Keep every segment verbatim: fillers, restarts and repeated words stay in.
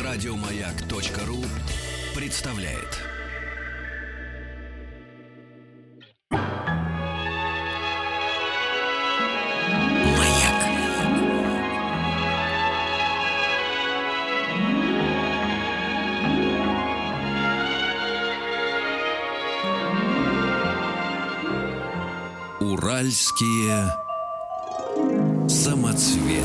Радиомаяк.ру представляет. Маяк. Уральские самоцветы.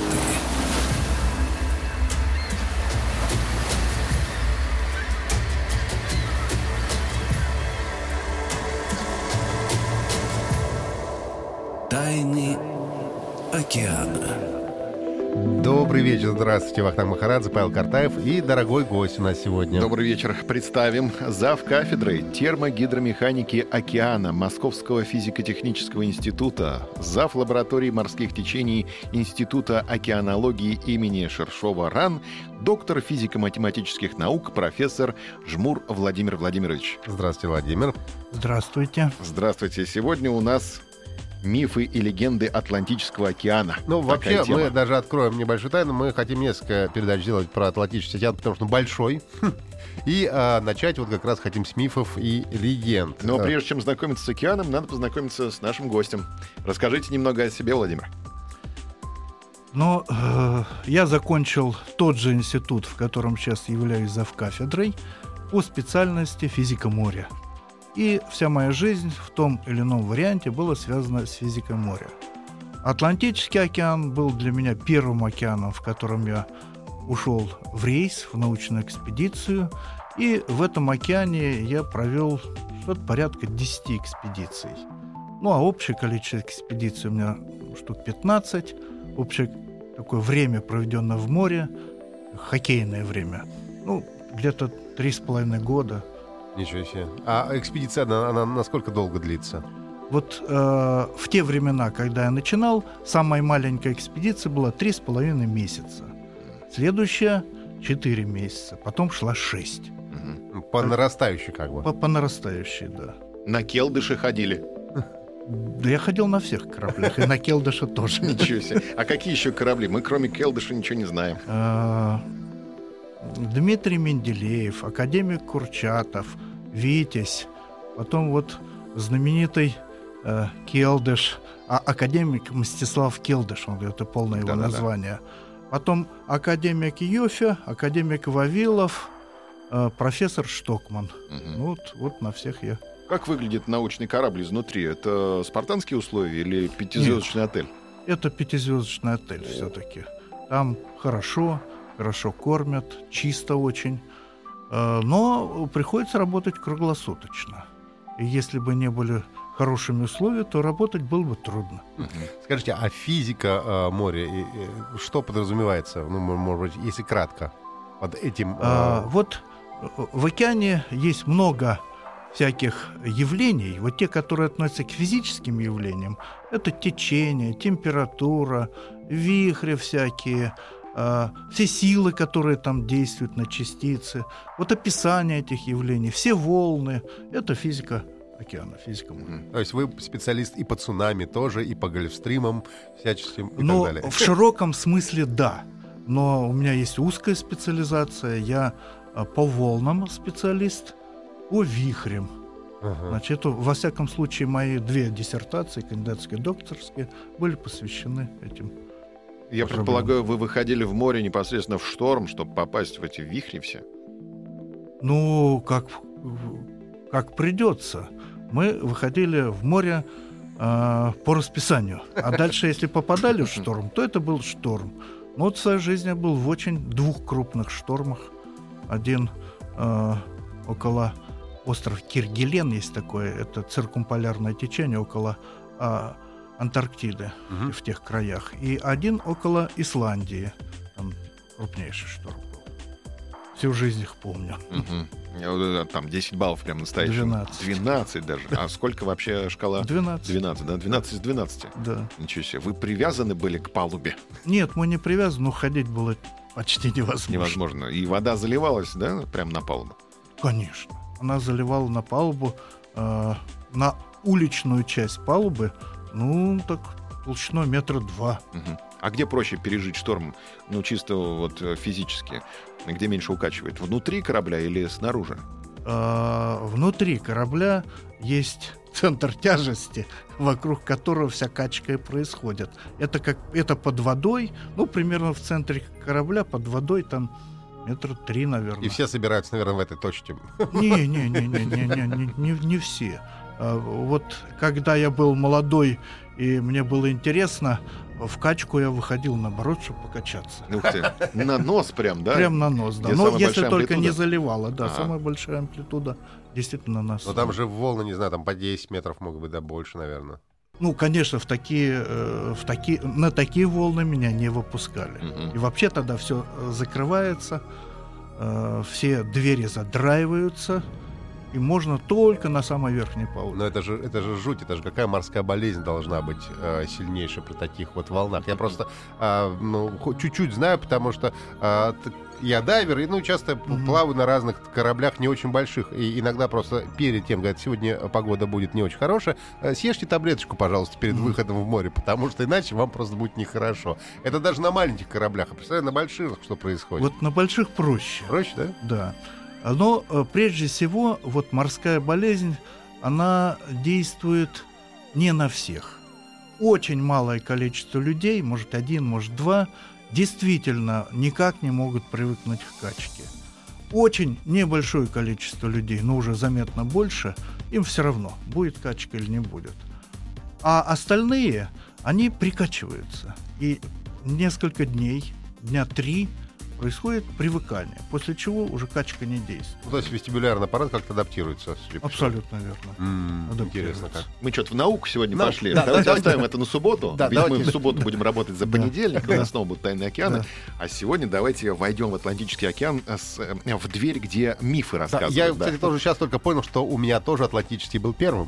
Тайны океана. Добрый вечер, здравствуйте, Вахтанг Махарадзе, Павел Картаев и дорогой гость у нас сегодня. Добрый вечер. Представим зав. Кафедрой термогидромеханики океана Московского физико-технического института, зав. Лаборатории морских течений Института океанологии имени Шершова-РАН, доктор физико-математических наук, профессор Жмур Владимир Владимирович. Здравствуйте, Владимир. Здравствуйте. Здравствуйте. Сегодня у нас мифы и легенды Атлантического океана. Ну, вообще, тема. Мы даже откроем небольшую тайну. Мы хотим несколько передач сделать про Атлантический океан, потому что он большой. И а, начать вот как раз хотим с мифов и легенд. Но прежде чем знакомиться с океаном, надо познакомиться с нашим гостем. Расскажите немного о себе, Владимир. Ну, э, я закончил тот же институт, в котором сейчас являюсь завкафедрой, по специальности физика моря. И вся моя жизнь в том или ином варианте была связана с физикой моря. Атлантический океан был для меня первым океаном, в котором я ушел в рейс, в научную экспедицию. И в этом океане я провел что-то порядка десяти экспедиций. Ну, а общее количество экспедиций у меня штук пятнадцать. Общее такое время, проведенное в море, хоккейное время, ну, где-то три с половиной года. Ничего себе. А экспедиция, она, она насколько долго длится? Вот э, в те времена, когда я начинал, самая маленькая экспедиция была три с половиной месяца. Следующая — четыре месяца. Потом шла шесть. По нарастающей как бы? По, по нарастающей, да. На Келдыше ходили? Да я ходил на всех кораблях, и на Келдыше тоже. Ничего себе. А какие еще корабли? Мы кроме Келдыша ничего не знаем. Дмитрий Менделеев, академик Курчатов, Витязь, потом вот знаменитый э, Келдыш, а, академик Мстислав Келдыш, он, это полное его Да-да-да. название. Потом академик Йофе, академик Вавилов, э, профессор Штокман. Угу. Ну, вот, вот на всех я. Как выглядит научный корабль изнутри? Это спартанские условия или пятизвездочный Нет. отель? Это пятизвездочный отель все-таки. Там хорошо, хорошо кормят, чисто очень. Но приходится работать круглосуточно. И если бы не были хорошими условия, то работать было бы трудно. Скажите, а физика э, моря, и, и, что подразумевается, ну, может быть, если кратко, под этим? Э... А, вот в океане есть много всяких явлений. Вот те, которые относятся к физическим явлениям, это течение, температура, вихри всякие, все силы, которые там действуют на частицы, вот описание этих явлений, все волны, это физика океана, физика моря. То есть вы специалист и по цунами тоже, и по гольфстримам всяческим и Но так далее. в широком смысле да, но у меня есть узкая специализация, я по волнам специалист, по вихрям. Ага. Значит, это, во всяком случае, мои две диссертации, кандидатские и докторские, были посвящены этим. Я предполагаю, вы выходили в море непосредственно в шторм, чтобы попасть в эти вихри все? Ну, как, как придется. Мы выходили в море э, по расписанию. А дальше, если попадали в шторм, то это был шторм. Но вот в своей жизни я был в очень двух крупных штормах. Один э, около острова Киргелен есть такое. Это циркумполярное течение около э, Антарктиды, угу. в тех краях. И один около Исландии. Там крупнейший шторм был. Всю жизнь их помню. Угу. Там десять баллов прям настоящих. двенадцать. двенадцать даже. А сколько вообще шкала? двенадцать. двенадцать, да? двенадцать из двенадцати? Да. Ничего себе. Вы привязаны были к палубе? Нет, мы не привязаны, но ходить было почти невозможно. Невозможно. И вода заливалась, да, прям на палубу? Конечно. Она заливала на палубу, э, на уличную часть палубы, ну, так толщиной метра два. Угу. А где проще пережить шторм, ну, чисто вот физически? Где меньше укачивает? Внутри корабля или снаружи? А, внутри корабля есть центр тяжести, вокруг которого вся качка и происходит. Это как это под водой, ну, примерно в центре корабля под водой там метра три, наверное. И все собираются, наверное, в этой точке. Не-не-не-не-не-не, не, не все. А, вот когда я был молодой и мне было интересно, в качку я выходил, наоборот, чтобы покачаться. Ух ты, на нос прям, да? Прям на нос, да. Где Но самая если большая только не амплитуда? заливало, да, А. самая большая амплитуда действительно на нос. Но там же волны, не знаю, там по десять метров могут быть, да, больше, наверное. Ну, конечно, в такие, э, в такие, на такие волны меня не выпускали. Мгм. И вообще тогда все закрывается, э, все двери задраиваются, и можно только на самой верхней палубе. Но это же, это же жуть, это же какая морская болезнь должна быть э, сильнейшая при таких вот волнах. Я просто э, ну, хо- чуть-чуть знаю, потому что э, т- я дайвер, и ну, часто п- Мгм. плаваю на разных кораблях не очень больших. И иногда просто перед тем, говорят, сегодня погода будет не очень хорошая, э, съешьте таблеточку, пожалуйста, перед Мгм. выходом в море, потому что иначе вам просто будет нехорошо. Это даже на маленьких кораблях. А представляю, на больших что происходит. Вот на больших проще. Проще, да? Да. Но э, прежде всего, вот морская болезнь, она действует не на всех. Очень малое количество людей, может один, может два, действительно никак не могут привыкнуть к качке. Очень небольшое количество людей, но уже заметно больше, им все равно, будет качка или не будет. А остальные, они прикачиваются. И несколько дней, дня три, происходит привыкание, после чего уже качка не действует. Ну, то есть вестибулярный аппарат как-то адаптируется. судя по всему. Абсолютно верно. М, Адаптируется. Интересно как. Мы что-то в науку сегодня Да, пошли. да, давайте да, оставим да. это на субботу. Да, Ведь мы давайте. в субботу будем работать за Да. понедельник. У Да. нас снова будут тайные океаны. Да. А сегодня давайте войдем в Атлантический океан э, с, э, в дверь, где мифы Да, рассказывают. я, да. кстати, тоже сейчас только понял, что у меня тоже Атлантический был первым.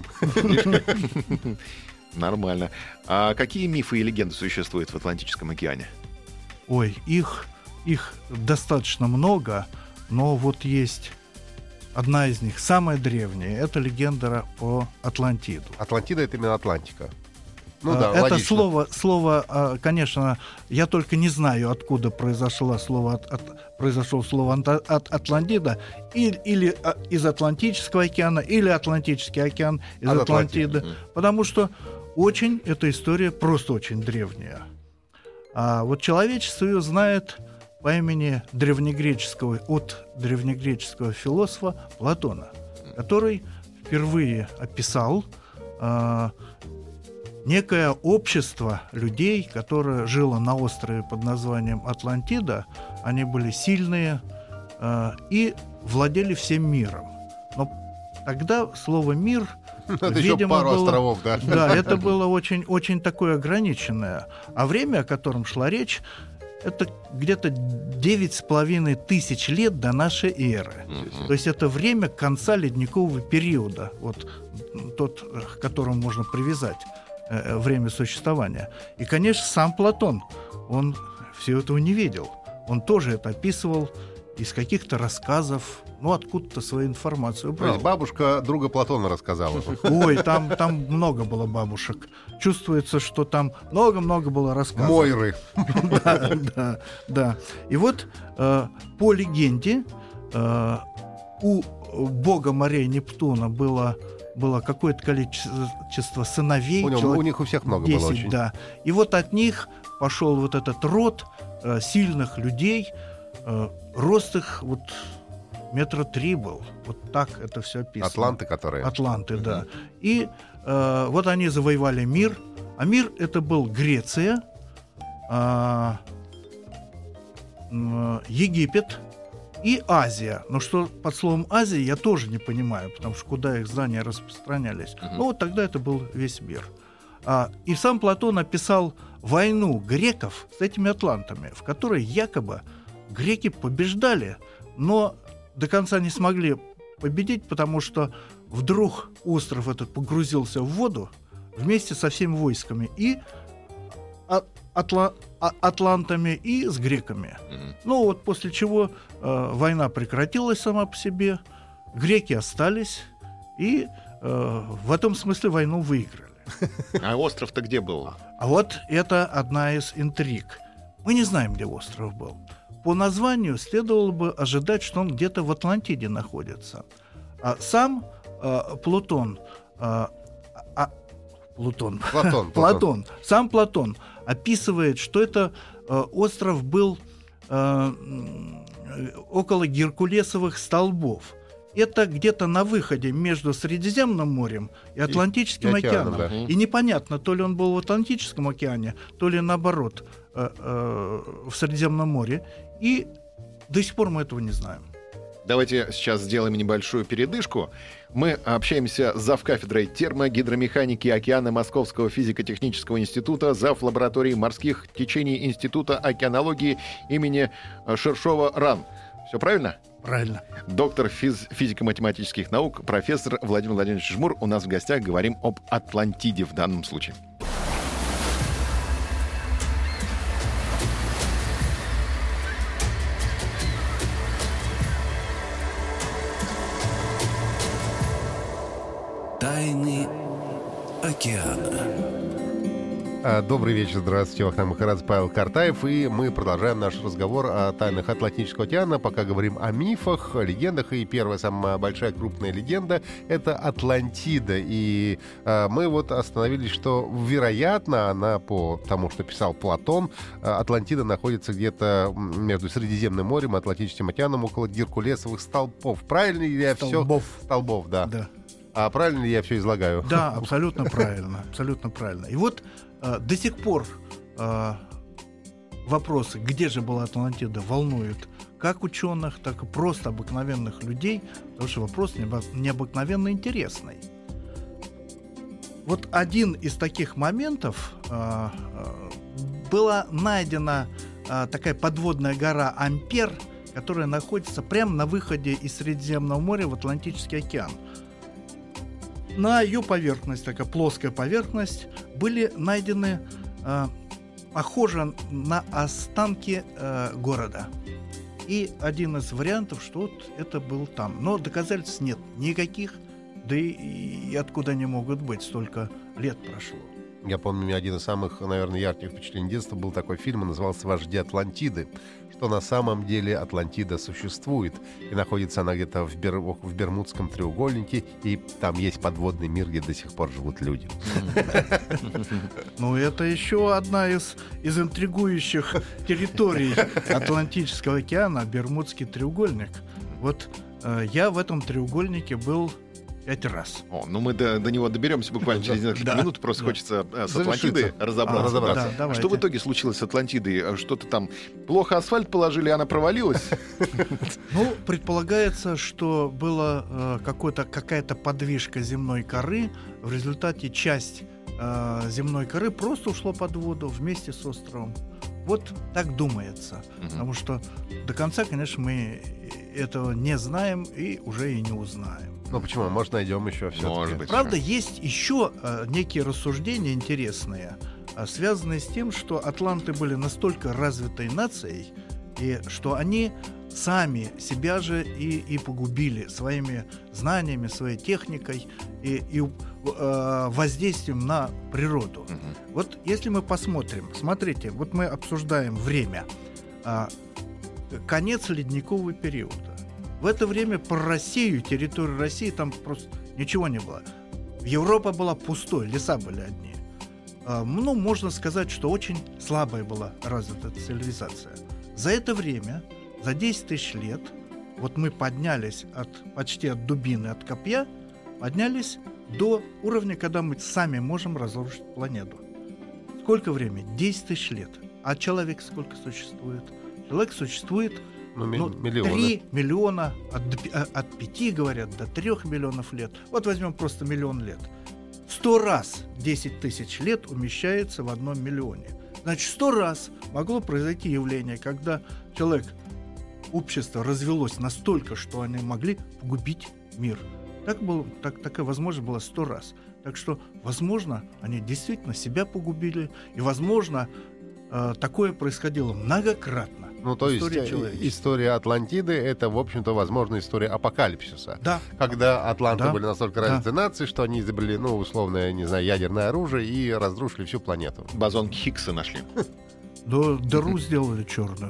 Нормально. А какие мифы и легенды существуют в Атлантическом океане? Ой, их, их достаточно много, но вот есть одна из них, самая древняя, это легенда про Атлантиду. Атлантида — это именно Атлантика. Ну А, да, это логично. слово, слово, а, конечно, я только не знаю, откуда произошло слово, от- от- произошло слово анта- от, Атлантида, или, или а, из Атлантического океана, или Атлантический океан из От Атлантиды, Атлантиды. потому что очень эта история просто очень древняя. А вот человечество ее знает по имени древнегреческого, от древнегреческого философа Платона, который впервые описал а, некое общество людей, которое жило на острове под названием Атлантида. Они были сильные э, и владели всем миром. Но тогда слово «мир», Это еще видимо, пару было- островов, да. да, это было очень, очень такое ограниченное. А время, о котором шла речь, это где-то девять с половиной тысяч лет до нашей эры. Мгм. То есть это время конца ледникового периода, вот м, тот, э, к которому можно привязать э, время существования. И, конечно, сам Платон, он всего этого не видел. Он тоже это описывал из каких-то рассказов, ну, откуда-то свою информацию То брал. есть бабушка друга Платона рассказала. Ой, там, там много было бабушек. Чувствуется, что там много-много было рассказов. Мойры. Да, да, да. И вот э, по легенде э, у бога морей Нептуна было, было какое-то количество сыновей. У, него- человек у них у всех много было десять, очень. да. И вот от них пошел вот этот род э, сильных людей. Э, рост их вот метра три был. Вот так это все описано. Атланты, которые. Атланты, да. И э, вот они завоевали мир. А мир это был Греция, а, м, Египет и Азия. Но что под словом Азия, я тоже не понимаю, потому что куда их знания распространялись. Мгм. Ну вот тогда это был весь мир. А, и сам Платон описал войну греков с этими атлантами, в которой якобы греки побеждали, но до конца не смогли победить, потому что вдруг остров этот погрузился в воду вместе со всеми войсками и а- атла- а- атлантами, и с греками. Мгм. Ну вот после чего э, война прекратилась сама по себе, греки остались и э, в этом смысле войну выиграли. А остров-то где был? А вот это одна из интриг. Мы не знаем, где остров был. По названию следовало бы ожидать, что он где-то в Атлантиде находится. А сам э, Плутон, э, а, Плутон, Платон, Платон, сам Платон описывает, что это э, остров был э, около Геркулесовых столбов. Это где-то на выходе между Средиземным морем и Атлантическим и, и океаном, океаном. да. И непонятно, то ли он был в Атлантическом океане, то ли наоборот э, э, в Средиземном море. И до сих пор мы этого не знаем. Давайте сейчас сделаем небольшую передышку. Мы общаемся с завкафедрой термогидромеханики океана Московского физико-технического института, зав. Лаборатории морских течений Института океанологии имени Шершова РАН. Все правильно? Правильно. Доктор физ- физико-математических наук, профессор Владимир Владимирович Жмур. У нас в гостях говорим об Атлантиде в данном случае. Тайны океана. А, Добрый вечер, здравствуйте, Вахтанг Махарадзе, Павел Картаев, и мы продолжаем наш разговор о тайнах Атлантического океана, пока говорим о мифах, о легендах, и первая самая большая крупная легенда — это Атлантида, и а, мы вот остановились, что, вероятно, она, по тому, что писал Платон, Атлантида находится где-то между Средиземным морем и Атлантическим океаном, около Геркулесовых столпов. Правильно ли я все? Столбов. Столбов, да. Да. А правильно ли я все излагаю? Да, абсолютно правильно, абсолютно правильно. И вот э, до сих пор э, вопросы, где же была Атлантида, волнуют как ученых, так и просто обыкновенных людей, потому что вопрос необы- необыкновенно интересный. Вот один из таких моментов э, э, была найдена э, такая подводная гора Ампер, которая находится прямо на выходе из Средиземного моря в Атлантический океан. На ее поверхность, такая плоская поверхность, были найдены, э, похоже на останки э, города. И один из вариантов, что вот это был там. Но доказательств нет никаких, да и, и откуда они могут быть, столько лет прошло. Я помню, у меня один из самых, наверное, ярких впечатлений детства был такой фильм, он назывался «Вожди Атлантиды», что на самом деле Атлантида существует, и находится она где-то в, Бер... в Бермудском треугольнике, и там есть подводный мир, где до сих пор живут люди. Ну, это еще одна из, из интригующих территорий Атлантического океана, Бермудский треугольник. Вот э, я в этом треугольнике был пять раз. О, ну мы до, до него доберемся буквально через несколько Да. минут. Просто Да. хочется э, с Завершиться. Атлантидой разобраться. А, разобраться. Да. Да, давайте. Что в итоге случилось с Атлантидой? Что-то там плохо асфальт положили, она провалилась? Ну, предполагается, что была э, какой-то, какая-то подвижка земной коры. В результате часть э, земной коры просто ушла под воду вместе с островом. Вот так думается. Мгм. Потому что до конца, конечно, мы этого не знаем и уже и не узнаем. Ну почему? Может, найдем еще все. Может быть. Правда, есть еще э, некие рассуждения интересные, э, связанные с тем, что атланты были настолько развитой нацией, и что они сами себя же и, и погубили своими знаниями, своей техникой и, и э, воздействием на природу. Мгм. Вот если мы посмотрим, смотрите, вот мы обсуждаем время, а, конец ледникового периода. В это время по Россию, территорию России, там просто ничего не было. Европа была пустой, леса были одни. А, ну, можно сказать, что очень слабая была развита цивилизация. За это время, за десять тысяч лет, вот мы поднялись от, почти от дубины, от копья, поднялись до уровня, когда мы сами можем разрушить планету. Сколько времени? десять тысяч лет. А человек сколько существует? Человек существует Ну, ми- ну, миллионы. три миллиона, от, от пяти, говорят, до трех миллионов лет. Вот возьмем просто миллион лет. Сто раз десять тысяч лет умещается в одном миллионе. Значит, сто раз могло произойти явление, когда человек, общество развелось настолько, что они могли погубить мир. Так было, так, такая возможность была сто раз. Так что, возможно, они действительно себя погубили, и, возможно, э, такое происходило многократно. Ну, то есть История э, человечества. история Атлантиды — это, в общем-то, возможно, история апокалипсиса. Да. Когда атланты Да. были настолько Да. развиты нации, что они изобрели, ну, условное, не знаю, ядерное оружие и разрушили всю планету. Бозон Хиггса нашли. До дыру сделали черную.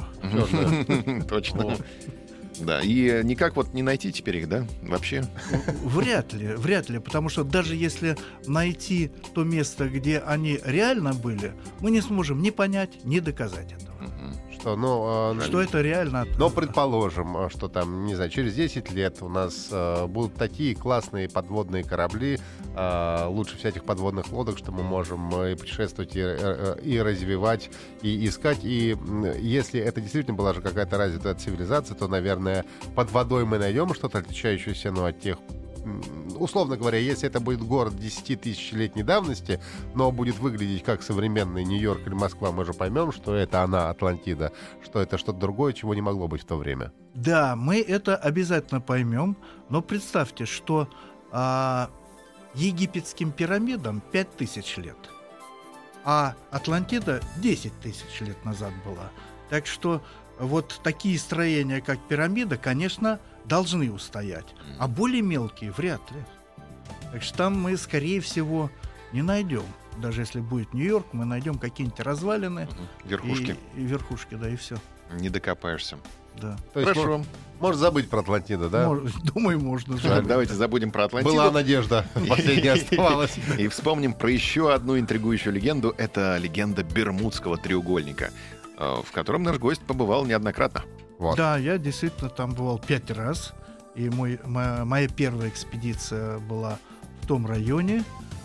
Точно. Да, и никак вот не найти теперь их, да, вообще? Вряд ли, вряд ли, потому что даже если найти то место, где они реально были, мы не сможем ни понять, ни доказать этого. Что, ну, э, Что это реально. Но предположим, э, что там, не знаю, через десять лет у нас э, будут такие классные подводные корабли, э, лучше всяких подводных лодок, что мы можем э, и путешествовать, и, э, и развивать, и искать. И м, если это действительно была же какая-то развитая цивилизация, то, наверное, под водой мы найдем что-то отличающееся, ну, от тех... Условно говоря, если это будет город десятитысячелетней давности, но будет выглядеть как современный Нью-Йорк или Москва, мы же поймем, что это она, Атлантида, что это что-то другое, чего не могло быть в то время. Да, мы это обязательно поймем, но представьте, что а, египетским пирамидам пять тысяч лет, а Атлантида десять тысяч лет назад была. Так что вот такие строения, как пирамида, конечно, должны устоять, а более мелкие вряд ли. Так что там мы, скорее всего, не найдем. Даже если будет Нью-Йорк, мы найдем какие-нибудь развалины. Верхушки. И, и верхушки, да, и все. Не докопаешься. Да. То есть Хорошо. мож- можно забыть про Атлантиду, да? Мож- думаю, можно. Так, забыть. давайте забудем про Атлантиду. Была надежда, последняя оставалась. И вспомним про еще одну интригующую легенду. Это легенда Бермудского треугольника, э, в котором наш гость побывал неоднократно. Вот. Да, я действительно там бывал пять раз. И мой, моя, моя первая экспедиция была в том районе.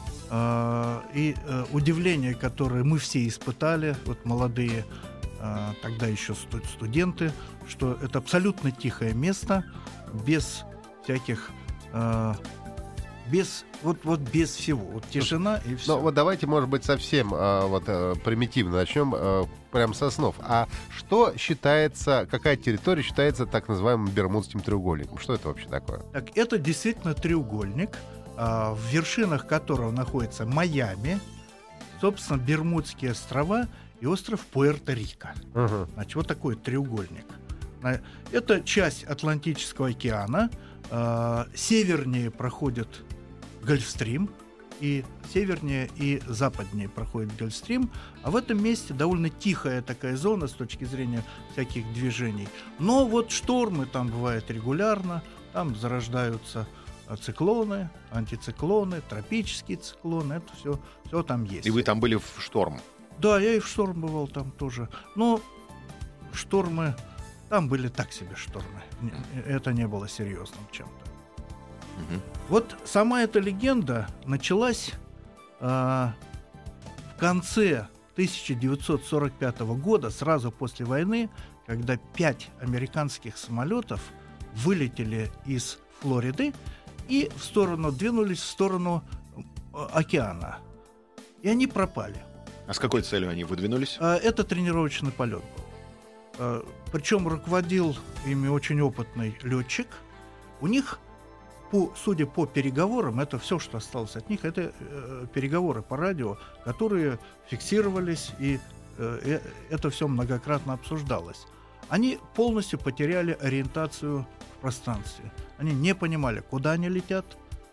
Э, и э, удивление, которое мы все испытали, вот молодые, э, тогда еще сту- студенты, что это абсолютно тихое место, без всяких... э, без, вот, вот без всего. Вот тишина и все. Ну вот давайте, может быть, совсем э, вот, э, примитивно начнем, э, прям со снов. А что считается, какая территория считается так называемым Бермудским треугольником? Что это вообще такое? Так, это действительно треугольник, а, в вершинах которого находится Майами, собственно, Бермудские острова и остров Пуэрто-Рико. Угу. Значит, вот такой треугольник. На- Это часть Атлантического океана. а, Севернее проходит Гольфстрим, и севернее и западнее проходит Гольфстрим, а в этом месте довольно тихая такая зона с точки зрения всяких движений. Но вот штормы там бывают регулярно, там зарождаются а, циклоны, антициклоны, тропические циклоны, это все, все там есть. И вы там были в шторм. Да, я и в шторм бывал там тоже. Но штормы, там были так себе штормы. Не- Это не было серьезным чем-то. Мгм. Вот сама эта легенда началась а, в конце тысяча девятьсот сорок пятого года, сразу после войны, когда пять американских самолетов вылетели из Флориды и в сторону, двинулись в сторону э, океана. И они пропали. А с какой целью они выдвинулись? А, Это тренировочный полет был. А, Причем руководил ими очень опытный летчик. У них, по, судя по переговорам, это все, что осталось от них, это э, переговоры по радио, которые фиксировались, и э, э, это все многократно обсуждалось. Они полностью потеряли ориентацию в пространстве. Они не понимали, куда они летят,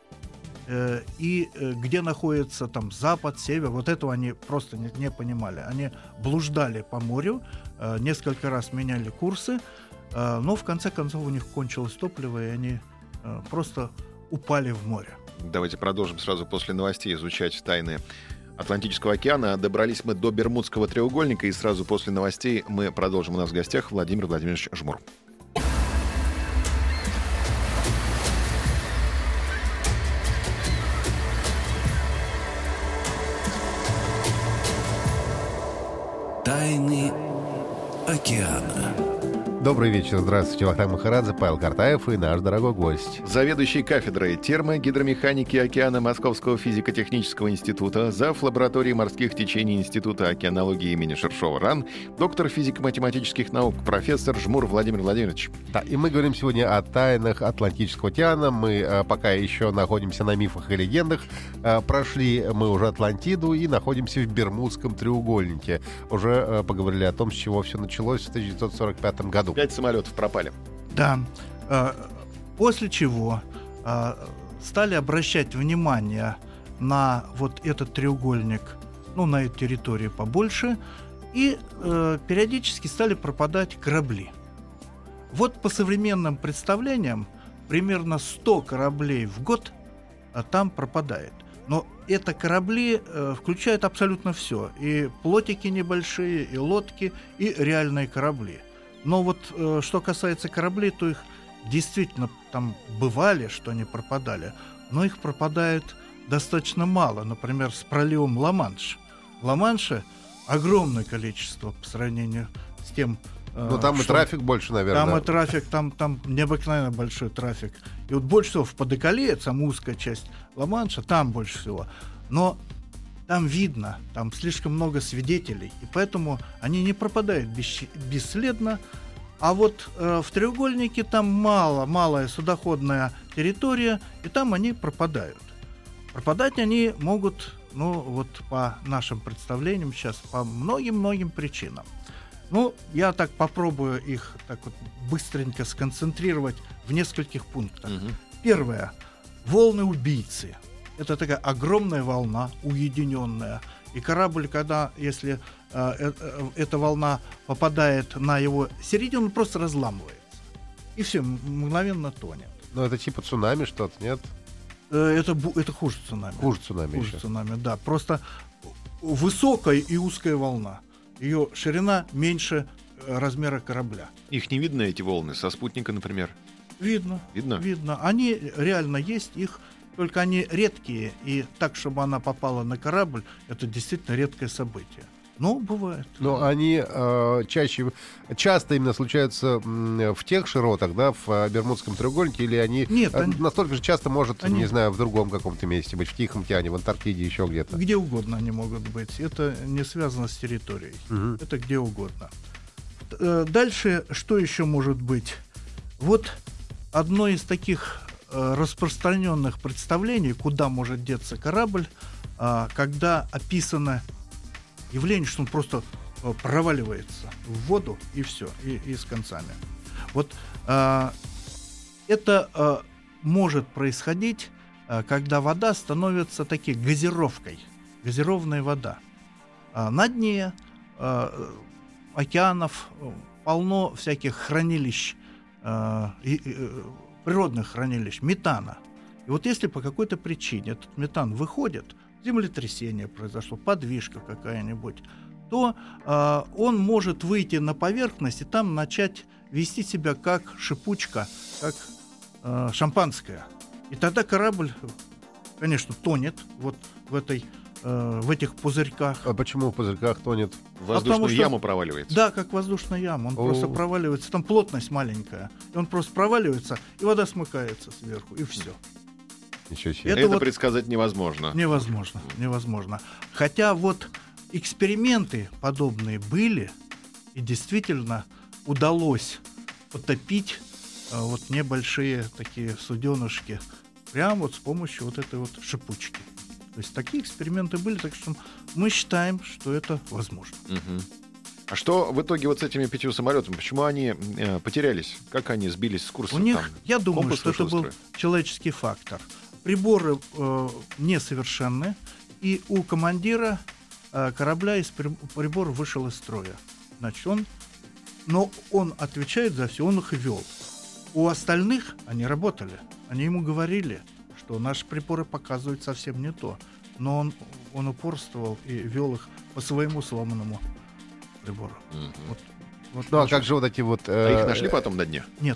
э, и э, где находится там запад, север. Вот этого они просто не, не понимали. Они блуждали по морю, э, несколько раз меняли курсы, э, но в конце концов у них кончилось топливо, и они э, просто упали в море. Давайте продолжим сразу после новостей изучать тайны Атлантического океана. Добрались мы до Бермудского треугольника, и сразу после новостей мы продолжим. У нас в гостях Владимир Владимирович Жмур. Тайны океана. Добрый вечер, здравствуйте, Вахтанг Махарадзе, Павел Картаев и наш дорогой гость. Заведующий кафедрой термогидромеханики океана Московского физико-технического института, зав. Лаборатории морских течений Института океанологии имени Шершова-РАН, доктор физико-математических наук, профессор Жмур Владимир Владимирович. Да, и мы говорим сегодня о тайнах Атлантического океана. Мы э, пока еще находимся на мифах и легендах. Э, прошли мы уже Атлантиду и находимся в Бермудском треугольнике. Уже э, поговорили о том, с чего все началось в тысяча девятьсот сорок пятом году. Пять самолетов пропали. Да. Э, После чего э, стали обращать внимание на вот этот треугольник, ну, на этой территории побольше, и э, периодически стали пропадать корабли. Вот по современным представлениям примерно сто кораблей в год а, там пропадает. Но это корабли э, включают абсолютно все. И плотики небольшие, и лодки, и реальные корабли. Но вот э, что касается кораблей, то их действительно там бывали, что они пропадали, но их пропадает достаточно мало. Например, с проливом Ла-Манш. В Ла-Манше огромное количество по сравнению с тем, Ну, там что... и трафик больше, наверное. Там и трафик, там, там необыкновенно большой трафик. И вот больше всего в Падекале, самая узкая часть Ла-Манша, там больше всего. Но там видно, там слишком много свидетелей, и поэтому они не пропадают бесщ... бесследно. А вот э, в треугольнике там мало, малая судоходная территория, и там они пропадают. Пропадать они могут, ну, вот по нашим представлениям сейчас, по многим-многим причинам. Ну, я так попробую их так вот быстренько сконцентрировать в нескольких пунктах. Угу. Первое. Волны-убийцы. Это такая огромная волна, уединенная. И корабль, когда, если э, э, эта волна попадает на его середину, он просто разламывается. И все, мгновенно тонет. Ну, это типа цунами что-то, нет? Э, это, бу- это хуже цунами. Хуже цунами Хуже еще. цунами, да. Просто высокая и узкая волна. Ее ширина меньше э, размера корабля. Их не видно, эти волны, со спутника, например? Видно. Видно? Видно. Они реально есть, их, только они редкие. И так, чтобы она попала на корабль, это действительно редкое событие. Но бывает. Но они э, чаще, часто именно случаются м, в тех широтах, да, в э, Бермудском треугольнике, или они, Нет, э, они- настолько же часто может, они- не знаю, в другом каком-то месте быть, в Тихом океане, в Антарктиде, еще где-то. Где угодно они могут быть. Это не связано с территорией. Мгм. Это где угодно. Э, Дальше что еще может быть? Вот одно из таких э, распространенных представлений, куда может деться корабль, а, когда описано явление, что он просто э, проваливается в воду и все, и, и с концами. Вот а, это а, может происходить, а, когда вода становится такой газировкой, газированная вода. А на дне а, океанов э, полно всяких хранилищ, а, и, и, э, природных хранилищ метана. И вот если по какой-то причине этот метан выходит, землетрясение произошло, подвижка какая-нибудь, то э, он может выйти на поверхность и там начать вести себя как шипучка, как э, шампанское. И тогда корабль, конечно, тонет вот в, этой, э, в этих пузырьках. А почему в пузырьках тонет? В воздушную потому что- яму проваливается. Да, как воздушная яма. Он О. просто проваливается. Там плотность маленькая. И он просто проваливается, и вода смыкается сверху, и все. Ничего себе. Это Это вот- предсказать невозможно. Невозможно, невозможно. Хотя вот эксперименты подобные были, и действительно удалось потопить а, вот небольшие такие суденышки прямо вот с помощью вот этой вот шипучки. То есть такие эксперименты были, так что мы считаем, что это возможно. Мгм. А что в итоге вот с этими пятью самолетами? Почему они э, потерялись? Как они сбились с курса? У них, Там я думаю, компас что это вышел из был строя. человеческий фактор. Приборы э, несовершенны, и у командира э, корабля из при- прибор вышел из строя. Значит, он, но он отвечает за все, он их и вел. У остальных они работали, они ему говорили, что наши приборы показывают совсем не то. Но он, он упорствовал и вел их по своему сломанному прибору. Мгм. Вот, вот Ну, а наш- как же вот эти вот... А э, их нашли потом на дне? Нет,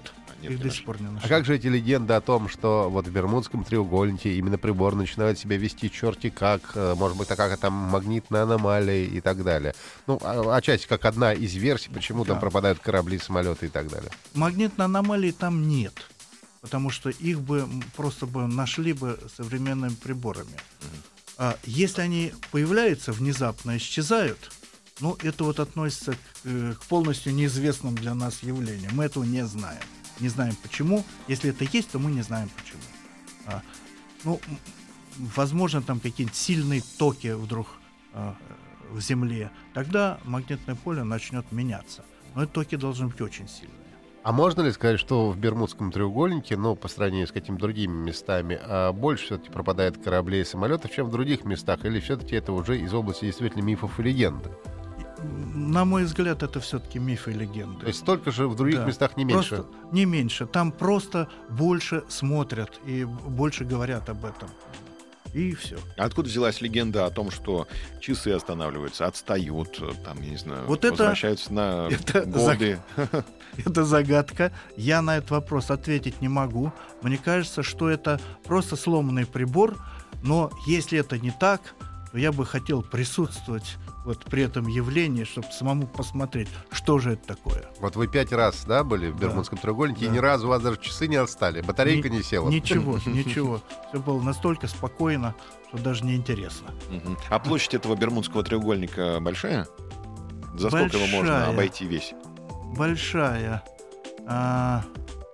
нет, их не до нашли. сих пор не А нашли. как же эти легенды о том, что вот в Бермудском треугольнике именно прибор начинает себя вести черти как, э, может быть, такая там магнитная аномалия и так далее? Ну, а- отчасти как одна из версий, почему там Да. пропадают корабли, самолеты и так далее. Магнитной аномалии там нет, потому что их бы м, просто бы нашли бы современными приборами. А если они появляются, внезапно исчезают, ну, это вот относится к, э, к полностью неизвестным для нас явлениям. Мы этого не знаем. Не знаем почему. Если это есть, то мы не знаем почему. А, ну, м, возможно, там какие-нибудь сильные токи вдруг а, в Земле. Тогда магнитное поле начнет меняться. Но эти токи должны быть очень сильные. А можно ли сказать, что в Бермудском треугольнике, ну, по сравнению с какими-то другими местами, а, больше все-таки пропадает кораблей и самолетов, чем в других местах? Или все-таки это уже из области действительно мифов и легенды? На мой взгляд, это все-таки мифы и легенды. То есть столько же в других Да. местах не меньше? Просто не меньше. Там просто больше смотрят и б- больше говорят об этом. И все. А откуда взялась легенда о том, что часы останавливаются, отстают, там, я не знаю, Вот это- возвращаются на это годы? Это загадка. Я на этот вопрос ответить не могу. Мне кажется, что это просто сломанный прибор. Но если это не так, то я бы хотел присутствовать вот при этом явлении, чтобы самому посмотреть, что же это такое. Вот вы пять раз, да, были в Да. Бермудском треугольнике, и Да. ни разу у вас даже часы не отстали, батарейка Ни- не села. Ничего, ничего. Все было настолько спокойно, что даже неинтересно. Мгм. А площадь этого Бермудского треугольника большая? За сколько его можно Большая. обойти весь? Большая. А,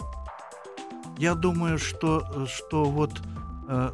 я думаю, что, что вот э,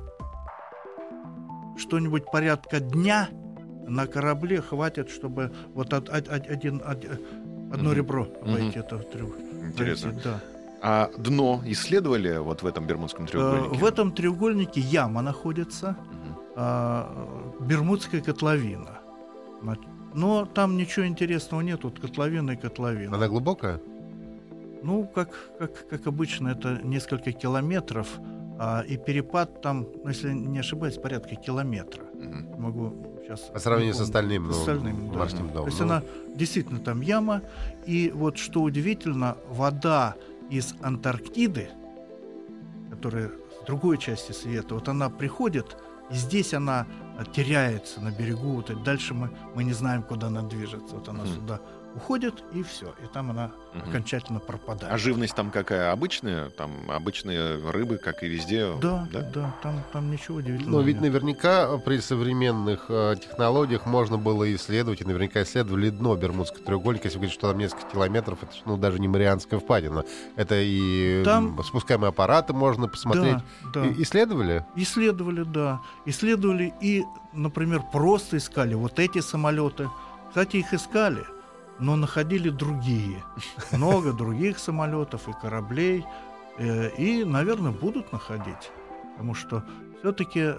что-нибудь порядка дня на корабле хватит, чтобы вот от- от- от- один, од- одно Мгм. ребро Мгм. обойти. Это треуг- Интересно. обойти, да. А дно исследовали вот в этом Бермудском Э, треугольнике? в этом треугольнике яма находится, Мгм. а, Бермудская котловина. На- Но там ничего интересного нет, вот котловина и котловина. Она глубокая? Ну, как, как, как обычно, это несколько километров, а, и перепад там, ну, если не ошибаюсь, порядка километра. Мгм. Могу сейчас... По сравнению с остальным, ну, С остальным, да. морским То дном. есть Ну, она действительно там яма, и вот что удивительно, вода из Антарктиды, которая с другой части света, вот она приходит, и здесь она а, теряется на берегу, вот, и дальше мы, мы не знаем, куда она движется. Вот она Мгм. сюда уходит, и все, и там она Мгм. окончательно пропадает. А живность там какая? Обычная? Там обычные рыбы, как и везде? Да, да, там, там ничего удивительного Но ведь нет. наверняка при современных э, технологиях можно было исследовать, и наверняка исследовали дно Бермудского треугольника. Если вы говорите, что там несколько километров, это ну, даже не Марианская впадина. Это и Там- м, спускаемые аппараты можно посмотреть. Да, да. И- исследовали? Исследовали, да. Исследовали и, например, просто искали вот эти самолеты. Кстати, их искали, но находили другие. Много других самолетов и кораблей. Э, И, наверное, будут находить. Потому что все-таки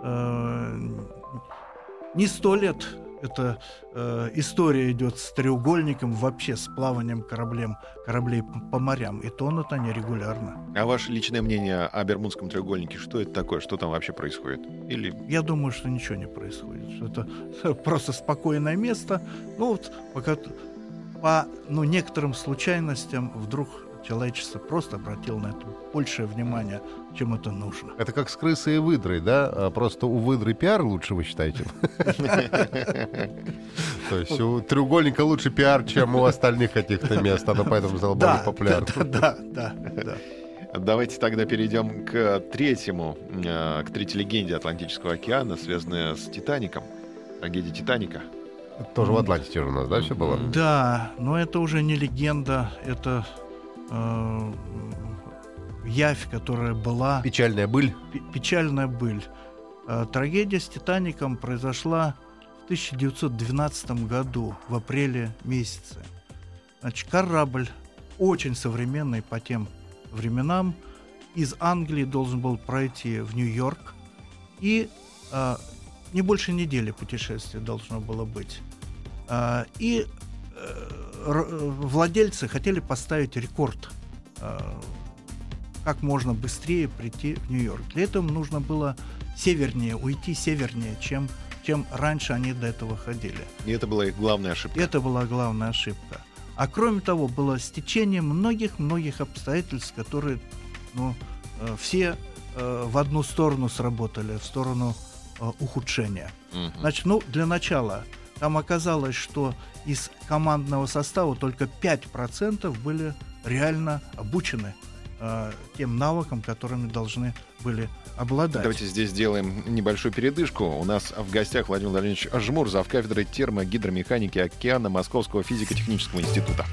не сто лет эта э, история идет с треугольником, вообще с плаванием кораблем, кораблей по, по морям. И тонут они регулярно. А ваше личное мнение о Бермудском треугольнике? Что это такое? Что там вообще происходит? Или Я думаю, что ничего не происходит, что это просто спокойное место. Ну вот пока т- по ну, некоторым случайностям вдруг человечество просто обратило на это большее внимание, чем это нужно. Это как с крысой и выдрой, да? А просто у выдры пиар лучше, вы считаете? То есть у треугольника лучше пиар, чем у остальных каких-то мест. Оно поэтому стало более Да, популярным. да, да, да, да. давайте тогда перейдем к третьему, э, к третьей легенде Атлантического океана, связанной с Титаником. Трагедия Титаника. Тоже в Атлантике же у нас, да, все было? Да, но это уже не легенда, это э, явь, которая была. Печальная быль. Пе- печальная быль. Э, Трагедия с «Титаником» произошла в тысяча девятьсот двенадцатом году, в апреле месяце. Значит, корабль, очень современный по тем временам, из Англии должен был пройти в Нью-Йорк, и э, не больше недели путешествия должно было быть. Э, и э, р- владельцы хотели поставить рекорд, э, как можно быстрее прийти в Нью-Йорк. Для этого нужно было севернее, уйти севернее, чем, чем раньше они до этого ходили. И это была их главная ошибка. Это была главная ошибка. А кроме того, было стечение многих-многих обстоятельств, которые ну, э, все э, в одну сторону сработали, в сторону э, ухудшения. Мгм. Значит, ну, для начала, там оказалось, что из командного состава только пять процентов были реально обучены э, тем навыкам, которыми должны были обладать. Давайте здесь сделаем небольшую передышку. У нас в гостях Владимир Владимирович Жмур, завкафедрой термогидромеханики океана Московского физико-технического института.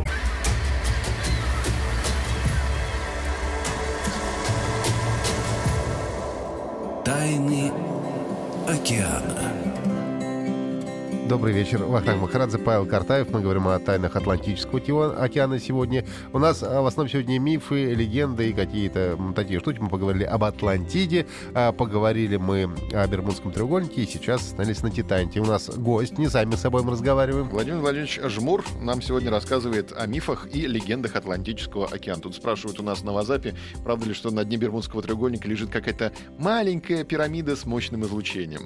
Тайны океана. Добрый вечер. Вахтанг Махарадзе, Павел Картаев. Мы говорим о тайнах Атлантического тио- океана сегодня. У нас а, в основном сегодня мифы, легенды и какие-то м, такие штуки. Мы поговорили об Атлантиде, а, поговорили мы о Бермудском треугольнике и сейчас остановились на Титанике. У нас гость, не сами с собой мы разговариваем. Владимир Владимирович Жмур нам сегодня рассказывает о мифах и легендах Атлантического океана. Тут спрашивают у нас на WhatsApp, правда ли, что на дне Бермудского треугольника лежит какая-то маленькая пирамида с мощным излучением?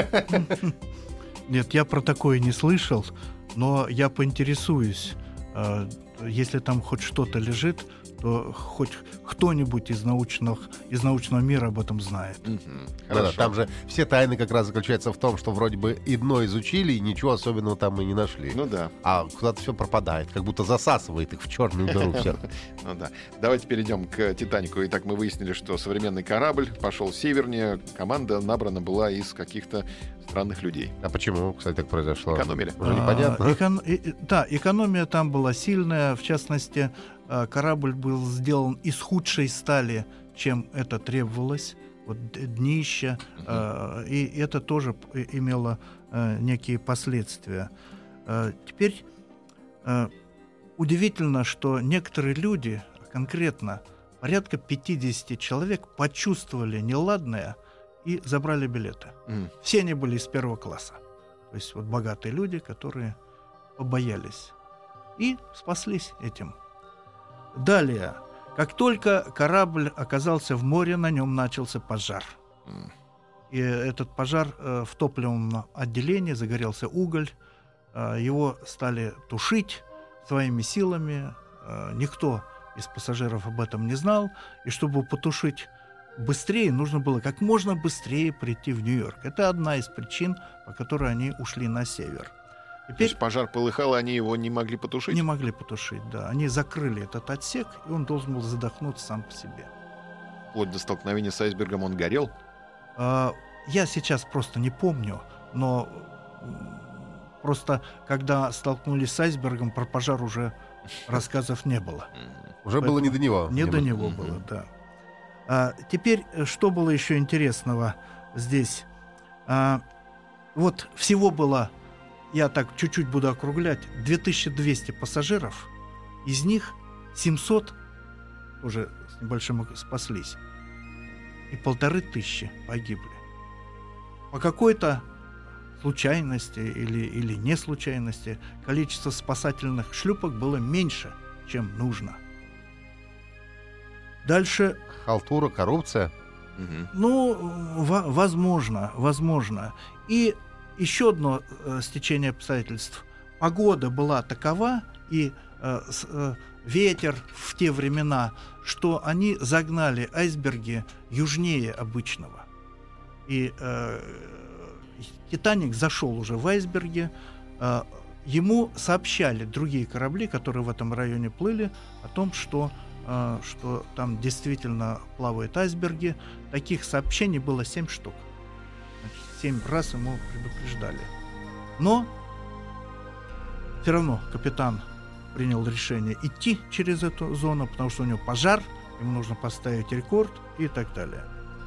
Нет, я про такое не слышал, но я поинтересуюсь, э, если там хоть что-то лежит, то хоть кто-нибудь из, научных, из научного мира об этом знает. Мгм. Да-да, Хорошо. там же все тайны как раз заключаются в том, что вроде бы и дно изучили, и ничего особенного там и не нашли. Ну да, А куда-то все пропадает, как будто засасывает их в черную дыру всех. ну да. Давайте перейдем к «Титанику». Итак, мы выяснили, что современный корабль пошел севернее. Команда набрана была из каких-то странных людей. А почему, кстати, так произошло? Экономили. Уже А, непонятно. экон- и- и- Да, экономия там была сильная. В частности, а, корабль был сделан из худшей стали, чем это требовалось. Вот д- днище. а, И это тоже п- имело а, некие последствия. А, Теперь а, удивительно, что некоторые люди, конкретно порядка пятьдесят человек, почувствовали неладное и забрали билеты. М. Все они были из первого класса. То есть вот богатые люди, которые побоялись. И спаслись этим. Далее. Как только корабль оказался в море, на нем начался пожар. М. И этот пожар э, в топливном отделении, загорелся уголь. Э, его стали тушить своими силами. Э, никто из пассажиров об этом не знал. И чтобы потушить быстрее, нужно было как можно быстрее прийти в Нью-Йорк. Это одна из причин, по которой они ушли на север. То Теперь есть пожар полыхал, и они его не могли потушить? не могли потушить, да. Они закрыли этот отсек, и он должен был задохнуться сам по себе. Вплоть до столкновения с айсбергом он горел? А, я сейчас просто не помню, но м, просто когда столкнулись с айсбергом, про пожар уже рассказов не было. М. Уже было не до него. Не до видимо. него Мгм. было, да. А, теперь, э, что было еще интересного здесь? А, вот всего было, я так чуть-чуть буду округлять, две тысячи двести пассажиров, из них семьсот уже с небольшим спаслись, и полторы тысячи погибли. По какой-то случайности или, или не случайности количество спасательных шлюпок было меньше, чем нужно. Дальше, Халтура, коррупция. Мгм. ну, во- возможно, возможно. И еще одно э, стечение обстоятельств. Погода была такова, и э, с- э, ветер в те времена, что они загнали айсберги южнее обычного. И э, Титаник зашел уже в айсберге. э, ему сообщали другие корабли, которые в этом районе плыли, о том, что э, что там действительно плавают айсберги. Таких сообщений было семь штук. Значит, семь раз ему предупреждали. Но все равно капитан принял решение идти через эту зону, потому что у него пожар, ему нужно поставить рекорд и так далее.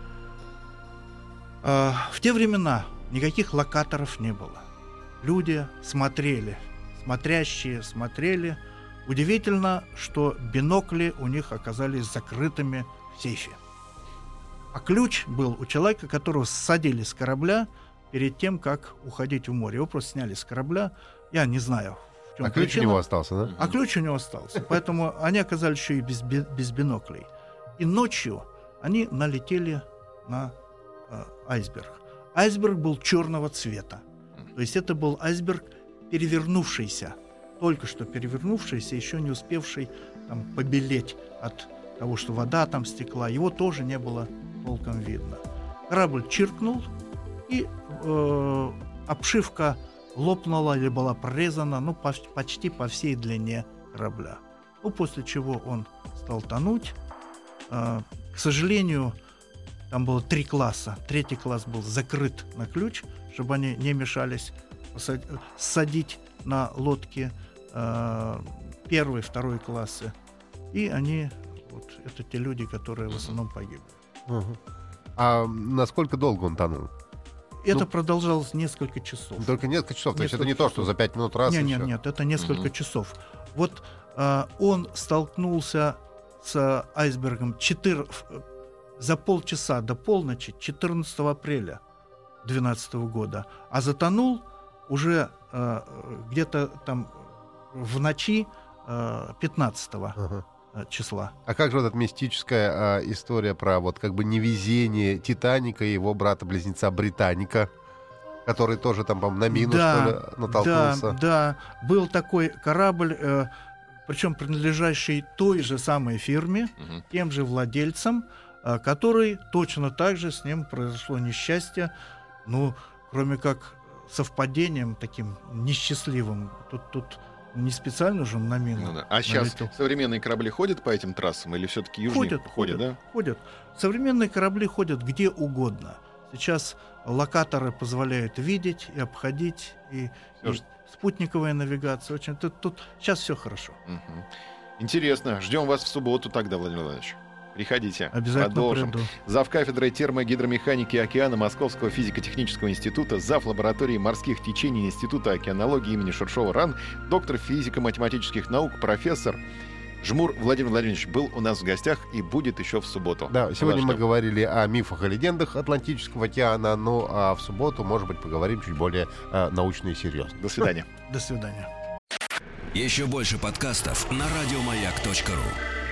А, в те времена никаких локаторов не было. Люди смотрели, смотрящие смотрели. Удивительно, что бинокли у них оказались закрытыми в сейфе. А ключ был у человека, которого ссадили с корабля перед тем, как уходить в море. Его просто сняли с корабля. Я не знаю, в чем А ключ у причина. него остался, да? А ключ у него остался. Поэтому они оказались еще и без, би- без биноклей. И ночью они налетели на э, айсберг. Айсберг был черного цвета. То есть это был айсберг перевернувшийся. только что перевернувшийся, еще не успевший там побелеть от того, что вода там стекла, его тоже не было толком видно. Корабль чиркнул, и э, обшивка лопнула или была прорезана, ну, по, почти по всей длине корабля. Ну, после чего он стал тонуть. Э, к сожалению, там было три класса. Третий класс был закрыт на ключ, чтобы они не мешались посад... садить на лодки э, первый, второй классы. И они, вот, это те люди, которые в основном погибли. Угу. А насколько долго он тонул? Это ну, продолжалось несколько часов. Только несколько часов. Несколько то есть это не часов. то, что за пять минут раз. Нет, и нет, всё. нет, это несколько Мгм. часов. Вот э, он столкнулся с айсбергом четыре, за полчаса до полночи четырнадцатого апреля две тысячи двенадцатого года, а затонул уже э, где-то там в ночи э, пятнадцатого Ага. числа. А как же вот эта мистическая а, история про вот как бы невезение Титаника и его брата-близнеца Британика, который тоже там, по-моему, на мину, Да, что ли, натолкнулся? Да, да, был такой корабль, э, причем принадлежащий той же самой фирме, Мгм. тем же владельцам, э, который точно так же с ним произошло несчастье, ну, кроме как совпадением таким несчастливым. Тут, тут не специально же он на мину Ну да. А сейчас налетел. современные корабли ходят по этим трассам или все-таки южнее Ходят, ходят, да? ходят. Современные корабли ходят где угодно. Сейчас локаторы позволяют видеть и обходить, и, Всё и ж- спутниковая навигация. Очень, тут, тут сейчас все хорошо. Мгм. Интересно. Ждем вас в субботу тогда, Владимир Владимирович. Приходите. Обязательно Продолжим. приду. Завкафедрой термогидромеханики океана Московского физико-технического института, зав. Лаборатории морских течений Института океанологии имени Шершова-РАН, доктор физико-математических наук, профессор Жмур Владимир Владимирович был у нас в гостях и будет еще в субботу. Да, сегодня Вас мы ждем. говорили о мифах и легендах Атлантического океана, ну а в субботу, может быть, поговорим чуть более э, научно и серьезно. До свидания. До свидания. Еще больше подкастов на радиомаяк точка ру.